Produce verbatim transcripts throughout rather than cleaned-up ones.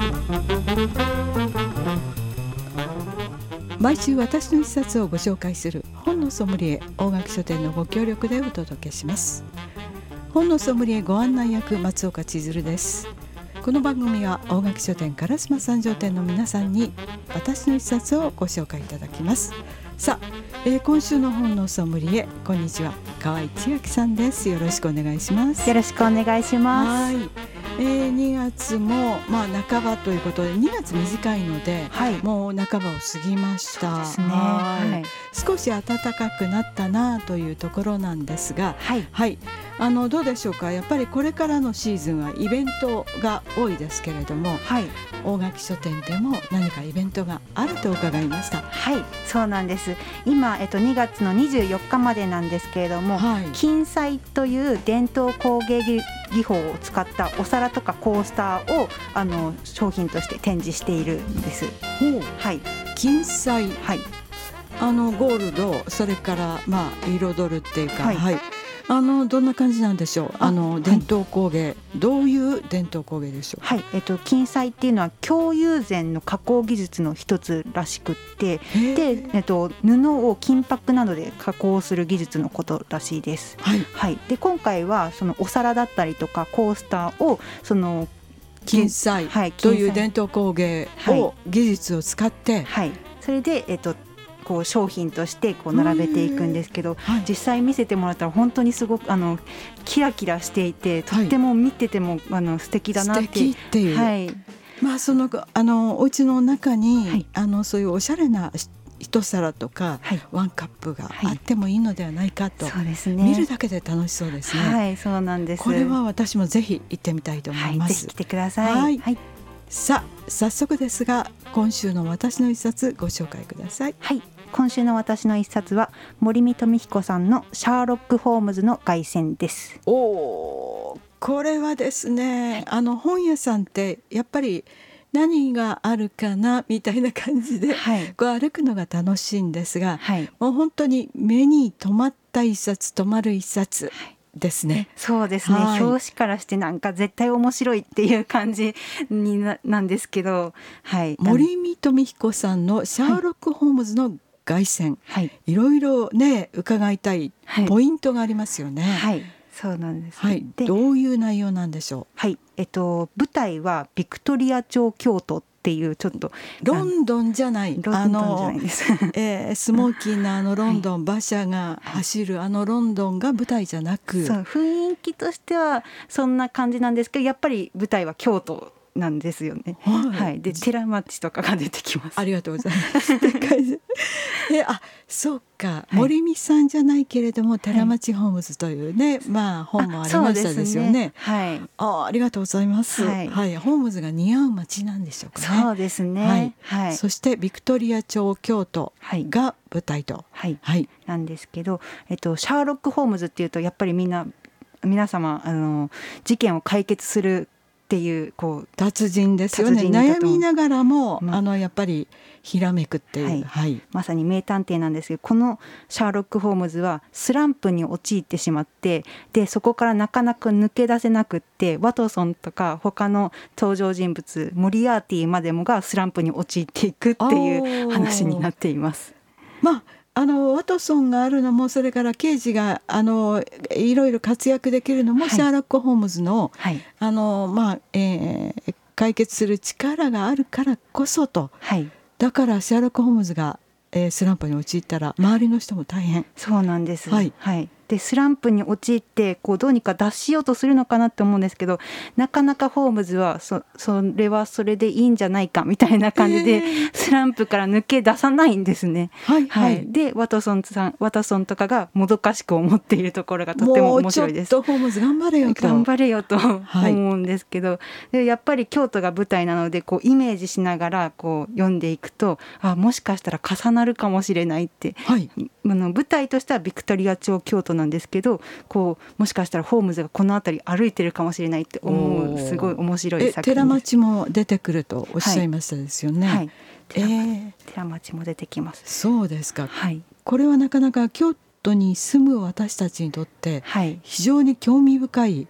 毎週私の一冊をご紹介する本のソムリエ大垣書店のご協力でお届けします。本のソムリエご案内役松岡千鶴です。この番組は大垣書店烏丸三条店の皆さんに私の一冊をご紹介いただきます。さあ、えー、今週の本のソムリエ、こんにちは、河合千秋さんです。よろしくお願いします。 よろしくお願いします。 はい、えー、にがつも、まあ、半ばということでにがつ短いので、はい、もう半ばを過ぎました。 そうですね。 はい、少し暖かくなったなというところなんですが、はい、はい、あのどうでしょうか。やっぱりこれからのシーズンはイベントが多いですけれども、はい、大垣書店でも何かイベントがあると伺いました。 はい、そうなんです。今、えっと、にがつのにじゅうよっかまでなんですけれども、はい、金彩という伝統工芸技法を使ったお皿とかコースターをあの商品として展示しているんです。 はい、金彩、はい、あのゴールド、それから、まあ、彩るっていうか、はいはい、あのどんな感じなんでしょう。あの伝統工芸、はい、どういう伝統工芸でしょう。 はい、えっと、金彩っていうのは京友禅の加工技術の一つらしくって、で、えっと、布を金箔などで加工する技術のことらしいです。はいはい、で今回はそのお皿だったりとかコースターをその金彩という伝統工芸を技術を使って、 はい、それで、えっとこう商品としてこう並べていくんですけど、はい、実際見せてもらったら本当にすごくあのキラキラしていて、とっても見ててもあの素敵だなって、 素敵っていう、はい、まあ、そのあのお家の中に、はい、あのそういうおしゃれな一皿とか、はい、ワンカップがあってもいいのではないかと、はい、そうですね、見るだけで楽しそうですね。 はい、そうなんです。 これは私もぜひ行ってみたいと思います。 はい、ぜひ来てください。 はいはい、さあ早速ですが今週の私の一冊ご紹介ください。 はい、今週の私の一冊は森見富彦さんのシャーロック・ホームズの凱旋です。 おー、これはですね、はい、あの本屋さんってやっぱり何があるかなみたいな感じで、はい、こう歩くのが楽しいんですが、はい、もう本当に目に留まった一冊、留まる一冊、はい、ですね。 そうですね、はい、表紙からしてなんか絶対面白いっていう感じに な, なんですけど、はい、 森見富彦さんのシャーロック・ホームズの凱旋、はい、いろいろね伺いたいポイントがありますよね。 はい、はい、そうなんです、 はい、でどういう内容なんでしょう。 はい、えっと、舞台はビクトリア朝京都っていうちょっとロンドンじゃない、 ロンドンじゃないです、 えー、スモーキーなあのロンドン、はい、馬車が走るあのロンドンが舞台じゃなく、 そう、雰囲気としてはそんな感じなんですけど、やっぱり舞台は京都なんですよね。はいはい、で寺町とかが出てきます。 ありがとうございますえあそうか、はい、森見さんじゃないけれども寺町ホームズというね、はい、まあ本もありましたですよね。 はい、 あありがとうございます、はいはい、ホームズが似合う街なんでしょうかね。 そうですね、はいはい、 そしてビクトリア朝京都が舞台と、 はいはい、なんですけど、えっと、シャーロック・ホームズっていうとやっぱりみんな皆様あの事件を解決するっていうこう達人ですよね。悩みながらも、ま、あのやっぱりひらめくっていう、はいはい、まさに名探偵なんですけど、このシャーロック・ホームズはスランプに陥ってしまって、でそこからなかなか抜け出せなくって、ワトソンとか他の登場人物モリアーティまでもがスランプに陥っていくっていう話になっています。 まああのワトソンがあるのも、それから刑事があのいろいろ活躍できるのも、はい、シャーロック・ホームズの、はい、あのまあえー、解決する力があるからこそと、はい、だからシャーロック・ホームズが、えー、スランプに陥ったら周りの人も大変。 そうなんです、はいはい、でスランプに陥ってこうどうにか脱しようとするのかなって思うんですけど、なかなかホームズは そ, それはそれでいいんじゃないかみたいな感じで、えー、スランプから抜け出さないんですね。はいはいはい、でワトソンさんワトソンとかがもどかしく思っているところがとても面白いです。 もうちょっとホームズ頑張れよと頑張れよと思うんですけど、はい、でやっぱり京都が舞台なのでこうイメージしながらこう読んでいくと、あもしかしたら重なるかもしれないって、はい、あの舞台としてはビクトリア朝京都なんですけど、こうもしかしたらホームズがこの辺り歩いてるかもしれないって思う、すごい面白い作品です。 寺町も出てくるとおっしゃいましたですよね。はいはい、 寺, えー、寺町も出てきます。 そうですか、はい、これはなかなか京都に住む私たちにとって非常に興味深い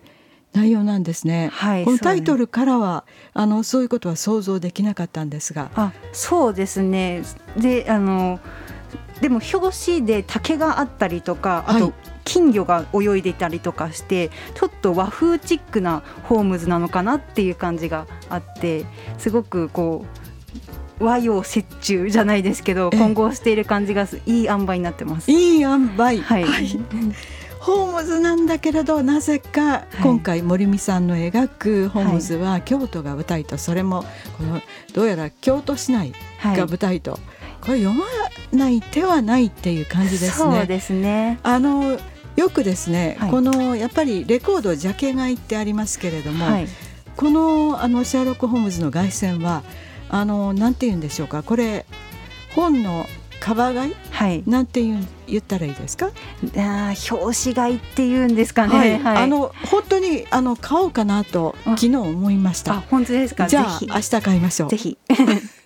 内容なんですね、 はい、 このタイトルからはあのそういうことは想像できなかったんですが。 あ、そうですね。で、あのでも表紙で竹があったりとか、あと金魚が泳いでいたりとかして、はい、ちょっと和風チックなホームズなのかなっていう感じがあって、すごくこう和洋折衷じゃないですけど混合している感じがいい塩梅になってます。 いい塩梅、はい、 はいホームズなんだけれど、なぜか今回森美さんの描くホームズは京都が舞台と、それもこのどうやら京都市内が舞台と、はい、これ読まない手はないっていう感じですね。 そうですね。 あのよくですね、 はい、 このやっぱりレコードジャケ買いってありますけれども、 はい、 このあのシャーロック・ホームズの凱旋はあのなんて言うんでしょうか、これ本のカバー買い、はい、なんて言う言ったらいいですか。 あ、表紙買いっていうんですかね、 はいはい、あの本当にあの買おうかなと昨日思いました。 あ、本当ですか。 じゃあ明日買いましょう。 ぜひ